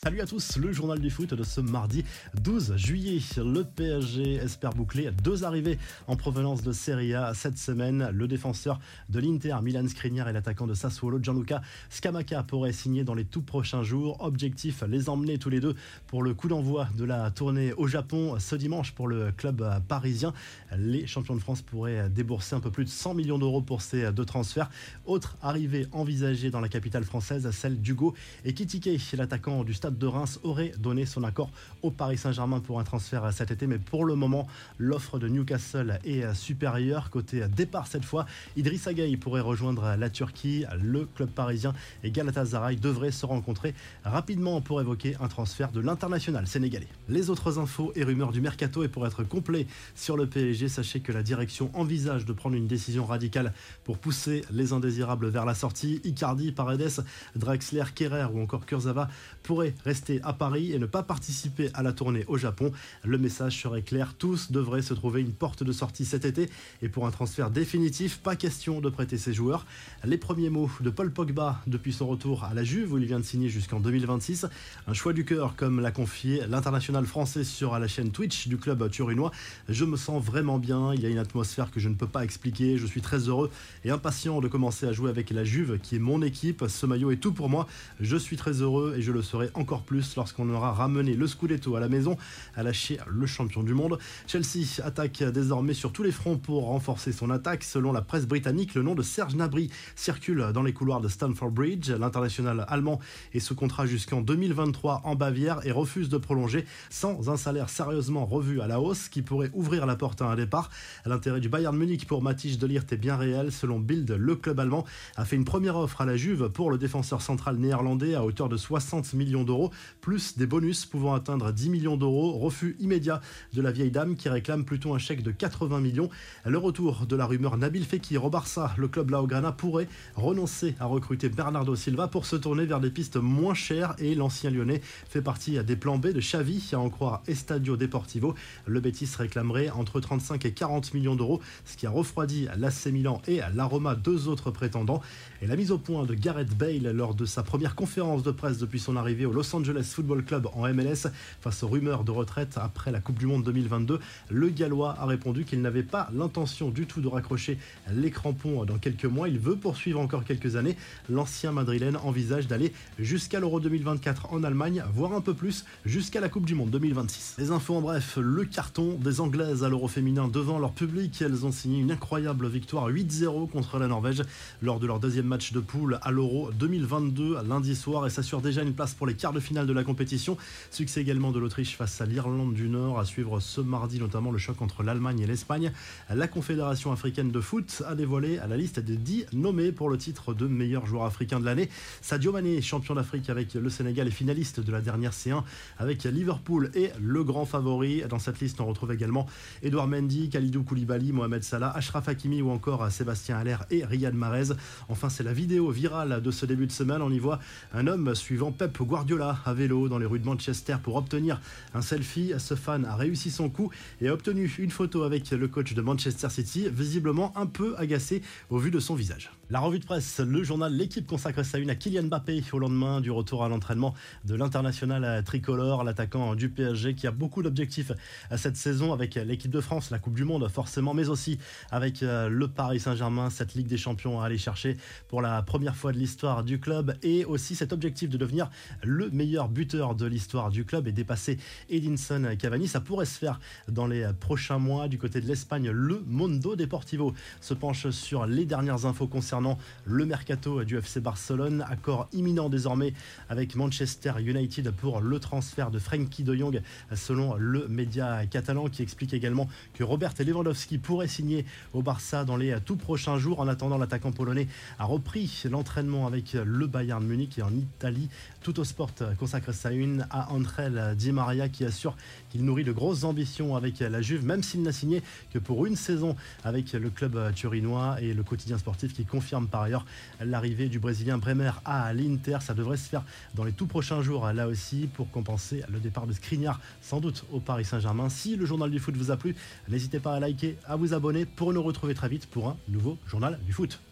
Salut à tous, le journal du foot de ce mardi 12 juillet. Le PSG espère boucler 2 arrivées en provenance de Serie A cette semaine. Le défenseur de l'Inter, Milan Skriniar, et l'attaquant de Sassuolo, Gianluca Scamacca, pourraient signer dans les tout prochains jours. Objectif, les emmener tous les deux pour le coup d'envoi de la tournée au Japon ce dimanche pour le club parisien. Les champions de France pourraient débourser un peu plus de 100 millions d'euros pour ces 2 transferts. Autre arrivée envisagée dans la capitale française, celle d'Hugo Ekitike, l'attaquant du Stade de Reims, aurait donné son accord au Paris Saint-Germain pour un transfert cet été, mais pour le moment l'offre de Newcastle est supérieure. Côté départ cette fois, Idrissa Gueye pourrait rejoindre la Turquie. Le club parisien et Galatasaray devraient se rencontrer rapidement pour évoquer un transfert de l'international sénégalais. Les autres infos et rumeurs du mercato, et pour être complet sur le PSG, sachez que la direction envisage de prendre une décision radicale pour pousser les indésirables vers la sortie. Icardi, Paredes, Draxler, Kerrer ou encore Kurzawa pourraient rester à Paris et ne pas participer à la tournée au Japon. Le message serait clair, tous devraient se trouver une porte de sortie cet été, et pour un transfert définitif, pas question de prêter ses joueurs. Les premiers mots de Paul Pogba depuis son retour à la Juve, où il vient de signer jusqu'en 2026. Un choix du cœur, comme l'a confié l'international français sur la chaîne Twitch du club turinois. Je me sens vraiment bien, il y a une atmosphère que je ne peux pas expliquer, je suis très heureux et impatient de commencer à jouer avec la Juve qui est mon équipe. Ce maillot est tout pour moi, je suis très heureux et je le serai encore plus lorsqu'on aura ramené le Scudetto à la maison, a lâché le champion du monde. Chelsea attaque désormais sur tous les fronts pour renforcer son attaque. Selon la presse britannique, le nom de Serge Gnabry circule dans les couloirs de Stamford Bridge. L'international allemand est sous contrat jusqu'en 2023 en Bavière et refuse de prolonger sans un salaire sérieusement revu à la hausse qui pourrait ouvrir la porte à un départ. L'intérêt du Bayern Munich pour Matthijs de Ligt est bien réel. Selon Bild, le club allemand a fait une première offre à la Juve pour le défenseur central néerlandais à hauteur de 60 millions d'euros, plus des bonus pouvant atteindre 10 millions d'euros. Refus immédiat de la vieille dame qui réclame plutôt un chèque de 80 millions. Le retour de la rumeur Nabil Fekir au Barça. Le club Blaugrana pourrait renoncer à recruter Bernardo Silva pour se tourner vers des pistes moins chères, et l'ancien lyonnais fait partie des plans B de Xavi, à en croire Estadio Deportivo. Le Betis réclamerait entre 35 et 40 millions d'euros, ce qui a refroidi l'AC Milan et la Roma, 2 autres prétendants. Et la mise au point de Gareth Bale lors de sa première conférence de presse depuis son arrivée au Los Angeles Football Club en MLS face aux rumeurs de retraite après la Coupe du Monde 2022. Le Gallois a répondu qu'il n'avait pas l'intention du tout de raccrocher les crampons dans quelques mois. Il veut poursuivre encore quelques années. L'ancien madrilène envisage d'aller jusqu'à l'Euro 2024 en Allemagne, voire un peu plus, jusqu'à la Coupe du Monde 2026. Les infos en bref, le carton des Anglaises à l'Euro féminin devant leur public. Elles ont signé une incroyable victoire 8-0 contre la Norvège lors de leur deuxième match de poule à l'Euro 2022 lundi soir, et s'assure déjà une place pour les quarts de finale de la compétition. Succès également de l'Autriche face à l'Irlande du Nord, à suivre ce mardi notamment le choc entre l'Allemagne et l'Espagne. La Confédération africaine de foot a dévoilé la liste des 10 nommés pour le titre de meilleur joueur africain de l'année. Sadio Mané, champion d'Afrique avec le Sénégal et finaliste de la dernière C1 avec Liverpool, est le grand favori. Dans cette liste, on retrouve également Edouard Mendy, Kalidou Koulibaly, Mohamed Salah, Achraf Hakimi ou encore Sébastien Haller et Riyad Mahrez. Enfin, c'est la vidéo virale de ce début de semaine. On y voit un homme suivant Pep Guardiola à vélo dans les rues de Manchester pour obtenir un selfie. Ce fan a réussi son coup et a obtenu une photo avec le coach de Manchester City, visiblement un peu agacé au vu de son visage. La revue de presse, le journal L'équipe consacre sa une à Kylian Mbappé au lendemain du retour à l'entraînement de l'international tricolore, l'attaquant du PSG qui a beaucoup d'objectifs cette saison avec l'équipe de France, la Coupe du Monde forcément, mais aussi avec le Paris Saint-Germain, cette Ligue des Champions à aller chercher pour la première fois de l'histoire du club, et aussi cet objectif de devenir le meilleur buteur de l'histoire du club et dépasser Edinson Cavani. Ça pourrait se faire dans les prochains mois. Du côté de l'Espagne, le Mundo Deportivo se penche sur les dernières infos concernant le mercato du FC Barcelone. Accord imminent désormais avec Manchester United pour le transfert de Frenkie de Jong, selon le média catalan, qui explique également que Robert Lewandowski pourrait signer au Barça dans les tout prochains jours. En attendant, l'attaquant polonais a repris l'entraînement avec le Bayern Munich, et en Italie, Tuttosport consacre sa une à André Di Maria, qui assure qu'il nourrit de grosses ambitions avec la Juve, même s'il n'a signé que pour une saison avec le club turinois, et le quotidien sportif qui confirme par ailleurs l'arrivée du Brésilien Bremer à l'Inter. Ça devrait se faire dans les tout prochains jours, là aussi, pour compenser le départ de Skriniar, sans doute au Paris Saint-Germain. Si le journal du foot vous a plu, n'hésitez pas à liker, à vous abonner pour nous retrouver très vite pour un nouveau journal du foot.